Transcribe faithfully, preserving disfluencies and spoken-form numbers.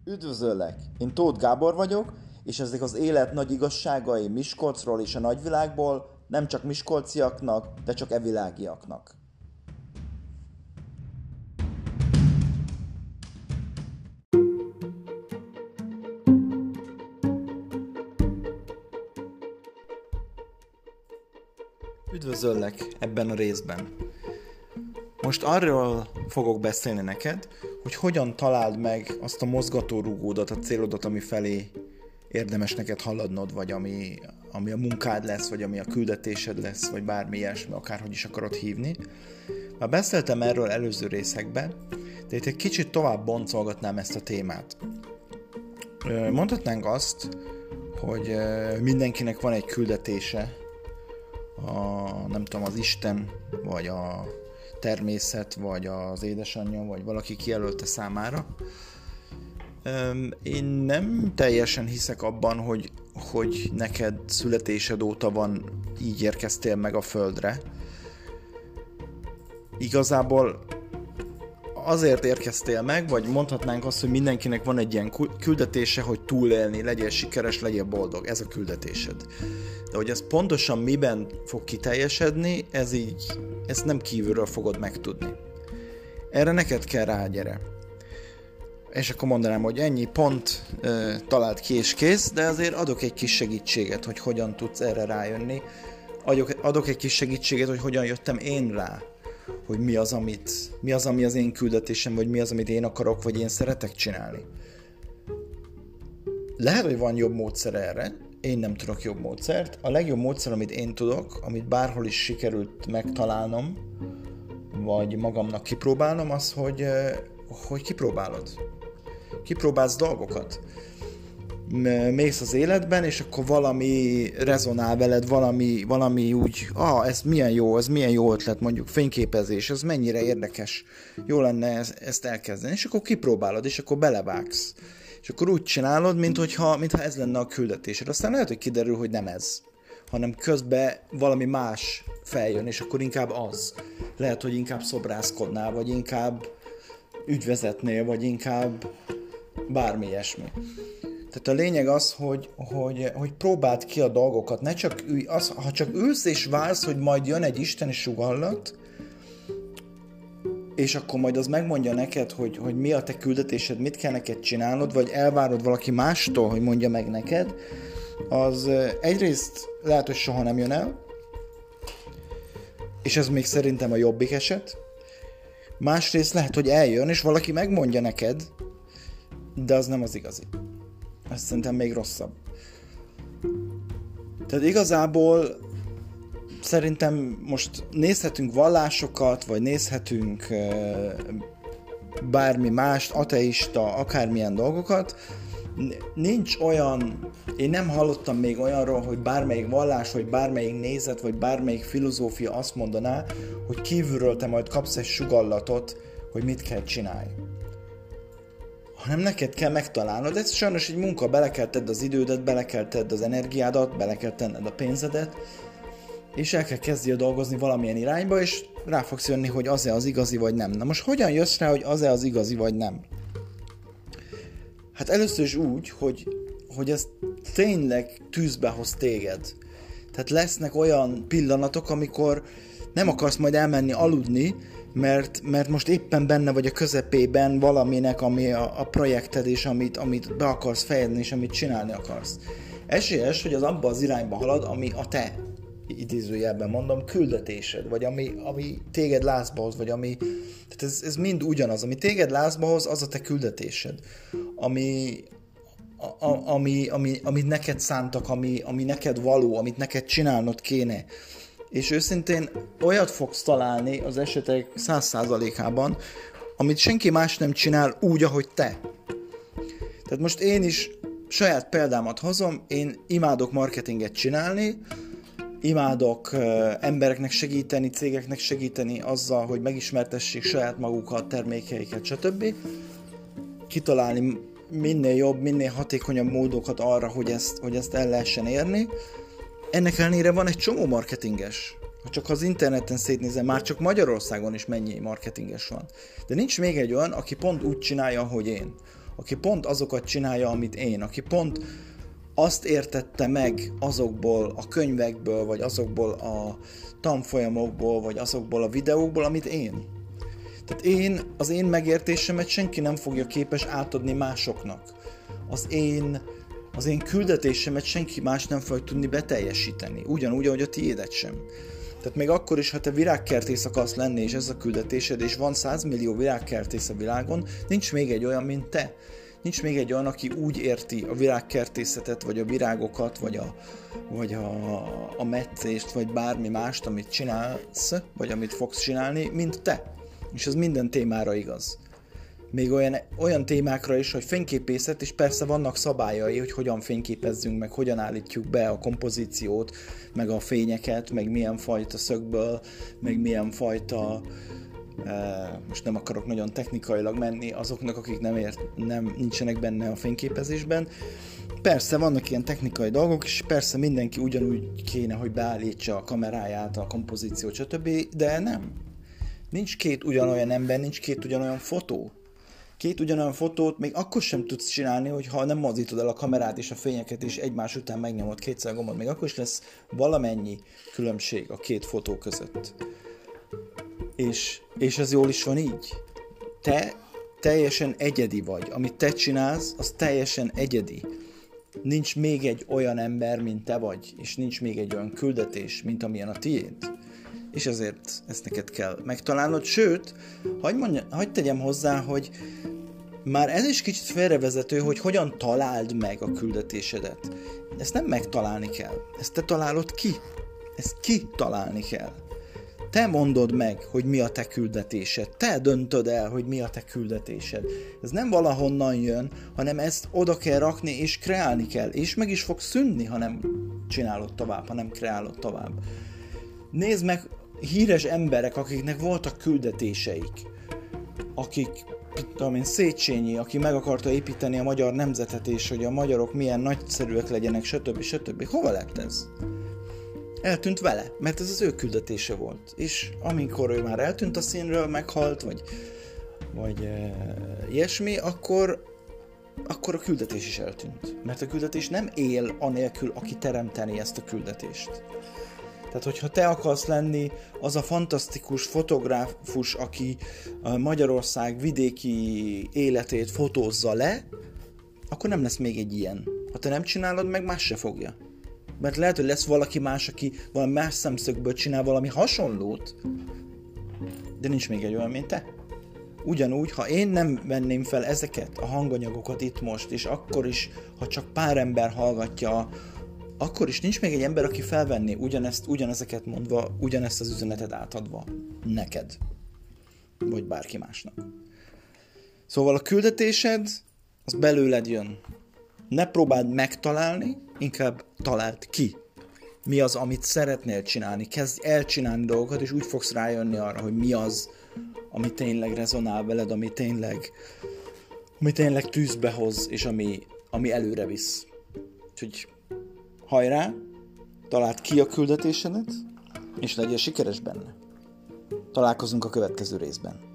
Üdvözöllek! Én Tóth Gábor vagyok, és ezek az élet nagy igazságai Miskolcról és a nagyvilágból nem csak miskolciaknak, de csak evilágiaknak. Üdvözöllek ebben a részben. Most arról fogok beszélni neked, hogy hogyan találd meg azt a mozgatórugódat, a célodat, ami felé érdemes neked haladnod, vagy ami, ami a munkád lesz, vagy ami a küldetésed lesz, vagy bármi ilyesmi, akárhogy is akarod hívni. Már beszéltem erről előző részekben, de itt egy kicsit tovább boncolgatnám ezt a témát. Mondhatnánk azt, hogy mindenkinek van egy küldetése, a, nem tudom, az Isten, vagy a természet, vagy az édesanyja, vagy valaki kijelölte számára. Én nem teljesen hiszek abban, hogy, hogy neked születésed óta van, így érkeztél meg a földre. Igazából azért érkeztél meg, vagy mondhatnánk azt, hogy mindenkinek van egy ilyen küldetése, hogy túlélni, legyél sikeres, legyél boldog. Ez a küldetésed. De hogy ez pontosan miben fog kiteljesedni, ez így, ezt nem kívülről fogod megtudni. Erre neked kell rá, gyere. És akkor mondanám, hogy ennyi pont e, talált ki és kész, de azért adok egy kis segítséget, hogy hogyan tudsz erre rájönni. Adok, adok egy kis segítséget, hogy hogyan jöttem én rá, hogy mi az, amit, mi az, ami az én küldetésem, vagy mi az, amit én akarok, vagy én szeretek csinálni. Lehet, hogy van jobb módszer erre, én nem tudok jobb módszert. A legjobb módszer, amit én tudok, amit bárhol is sikerült megtalálnom, vagy magamnak kipróbálnom, az, hogy, hogy kipróbálod. Kipróbálsz dolgokat. Mész az életben, és akkor valami rezonál veled, valami, valami úgy, ah, ez milyen jó, ez milyen jó ötlet, mondjuk fényképezés, ez mennyire érdekes, jó lenne ezt elkezdeni, és akkor kipróbálod, és akkor belevágsz. És akkor úgy csinálod, mintha, mintha ez lenne a küldetésed. Aztán lehet, hogy kiderül, hogy nem ez, hanem közben valami más feljön, és akkor inkább az. Lehet, hogy inkább szobrászkodnál, vagy inkább ügyvezetnél, vagy inkább bármi ilyesmi. Tehát a lényeg az, hogy, hogy, hogy próbáld ki a dolgokat. Ne csak ülj, az, ha csak ülsz és vársz, hogy majd jön egy isteni sugallat, és akkor majd az megmondja neked, hogy, hogy mi a te küldetésed, mit kell neked csinálnod, vagy elvárod valaki mástól, hogy mondja meg neked, az egyrészt lehet, hogy soha nem jön el, és ez még szerintem a jobbik eset. Másrészt lehet, hogy eljön, és valaki megmondja neked, de az nem az igazi. Ez szerintem még rosszabb. Tehát igazából szerintem most nézhetünk vallásokat, vagy nézhetünk uh, bármi mást, ateista, akármilyen dolgokat. Nincs olyan, én nem hallottam még olyanról, hogy bármelyik vallás, vagy bármelyik nézet, vagy bármelyik filozófia azt mondaná, hogy kívülről te majd kapsz egy sugallatot, hogy mit kell csinálni. Hanem neked kell megtalálnod. Ez sajnos egy munka, bele kell tedd az idődet, bele kell tedd az energiádat, bele kell tenned a pénzedet, és el kell kezdjél dolgozni valamilyen irányba, és rá fogsz jönni, hogy az-e az igazi, vagy nem. Na most hogyan jössz rá, hogy az-e az igazi, vagy nem? Hát először is úgy, hogy, hogy ez tényleg tűzbe hoz téged. Tehát lesznek olyan pillanatok, amikor nem akarsz majd elmenni aludni, mert, mert most éppen benne vagy a közepében valaminek, ami a, a projekted, és amit, amit be akarsz fejezni, és amit csinálni akarsz. Esélyes, hogy az abba az irányba halad, ami a te, idézőjelben mondom, küldetésed, vagy ami, ami téged lázba hoz, vagy ami, tehát ez, ez mind ugyanaz, ami téged lázba hoz, az a te küldetésed, ami, a, a, ami, ami, amit neked szántak, ami, ami neked való, amit neked csinálnod kéne. És őszintén olyat fogsz találni az esetek száz százalékában, amit senki más nem csinál úgy, ahogy te. Tehát most én is saját példámat hozom, én imádok marketinget csinálni, imádok uh, embereknek segíteni, cégeknek segíteni azzal, hogy megismertessék saját magukat, termékeiket, stb. Kitalálni minél jobb, minél hatékonyabb módokat arra, hogy ezt, hogy ezt el lehessen érni. Ennek ellenére van egy csomó marketinges. Ha csak az interneten szétnézem, már csak Magyarországon is mennyi marketinges van. De nincs még egy olyan, aki pont úgy csinálja, ahogy én. aki pont azokat csinálja, amit én, aki pont azt értette meg azokból a könyvekből, vagy azokból a tanfolyamokból, vagy azokból a videókból, amit én. Tehát én, az én megértésemet senki nem fogja képes átadni másoknak. Az én, az én küldetésemet senki más nem fog tudni beteljesíteni. Ugyanúgy, ahogy a tiédet sem. Tehát még akkor is, ha te virágkertész akarsz lenni, és ez a küldetésed, és van százmillió virágkertész a világon, nincs még egy olyan, mint te. Nincs még egy olyan, aki úgy érti a virágkertészetet, vagy a virágokat, vagy a, vagy a, a metszést, vagy bármi mást, amit csinálsz, vagy amit fogsz csinálni, mint te. És ez minden témára igaz. Még olyan, olyan témákra is, hogy fényképészet, és persze vannak szabályai, hogy hogyan fényképezzünk, meg hogyan állítjuk be a kompozíciót, meg a fényeket, meg milyen fajta szögből, meg milyen fajta... most nem akarok nagyon technikailag menni azoknak, akik nem, ért, nem nincsenek benne a fényképezésben. Persze vannak ilyen technikai dolgok, és persze mindenki ugyanúgy kéne, hogy beállítsa a kameráját, a kompozíciót, stb., de nem. Nincs két ugyanolyan ember, nincs két ugyanolyan fotó. Két ugyanolyan fotót még akkor sem tudsz csinálni, hogyha nem mozdítod el a kamerát és a fényeket, és egymás után megnyomod kétszer gombot, még akkor is lesz valamennyi különbség a két fotó között. És, és ez jól is van így. Te teljesen egyedi vagy. Amit te csinálsz, az teljesen egyedi. Nincs még egy olyan ember, mint te vagy, és nincs még egy olyan küldetés, mint amilyen a tiéd. És ezért ezt neked kell megtalálnod. Sőt, hagyd, mondja, hagyd tegyem hozzá, hogy már ez is kicsit félrevezető, hogy hogyan találd meg a küldetésedet. Ezt nem megtalálni kell. Ezt te találod ki. Ezt ki találni kell. Te mondod meg, hogy mi a te küldetésed. Te döntöd el, hogy mi a te küldetésed. Ez nem valahonnan jön, hanem ezt oda kell rakni, és kreálni kell. És meg is fog szűnni, ha nem csinálod tovább, ha nem kreálod tovább. Nézd meg híres emberek, akiknek voltak küldetéseik. Akik, tudom én, Széchenyi, aki meg akarta építeni a magyar nemzetet, és hogy a magyarok milyen nagyszerűek legyenek, stb. stb. Hova lett ez? Eltűnt vele, mert ez az ő küldetése volt. És amikor ő már eltűnt a színről, meghalt, vagy, vagy e, ilyesmi, akkor, akkor a küldetés is eltűnt. Mert a küldetés nem él anélkül, aki teremteni ezt a küldetést. Tehát, hogyha te akarsz lenni az a fantasztikus fotográfus, aki Magyarország vidéki életét fotózza le, akkor nem lesz még egy ilyen. Ha te nem csinálod, meg más se fogja. Mert lehet, hogy lesz valaki más, aki valami más szemszögből csinál valami hasonlót, de nincs még egy olyan, mint te. Ugyanúgy, ha én nem venném fel ezeket a hanganyagokat itt most, és akkor is, ha csak pár ember hallgatja, akkor is nincs még egy ember, aki felvenné ugyanezt, ugyanezeket mondva, ugyanezt az üzenetet átadva neked, vagy bárki másnak. Szóval a küldetésed, az belőled jön. Ne próbáld megtalálni, inkább találd ki. Mi az, amit szeretnél csinálni. Kezdj el csinálni dolgokat, és úgy fogsz rájönni arra, hogy mi az, ami tényleg rezonál veled, ami tényleg, ami tényleg tűzbe hoz, és ami, ami előre visz. Úgyhogy hajrá, találd ki a küldetésedet, és legyél sikeres benne. Találkozunk a következő részben.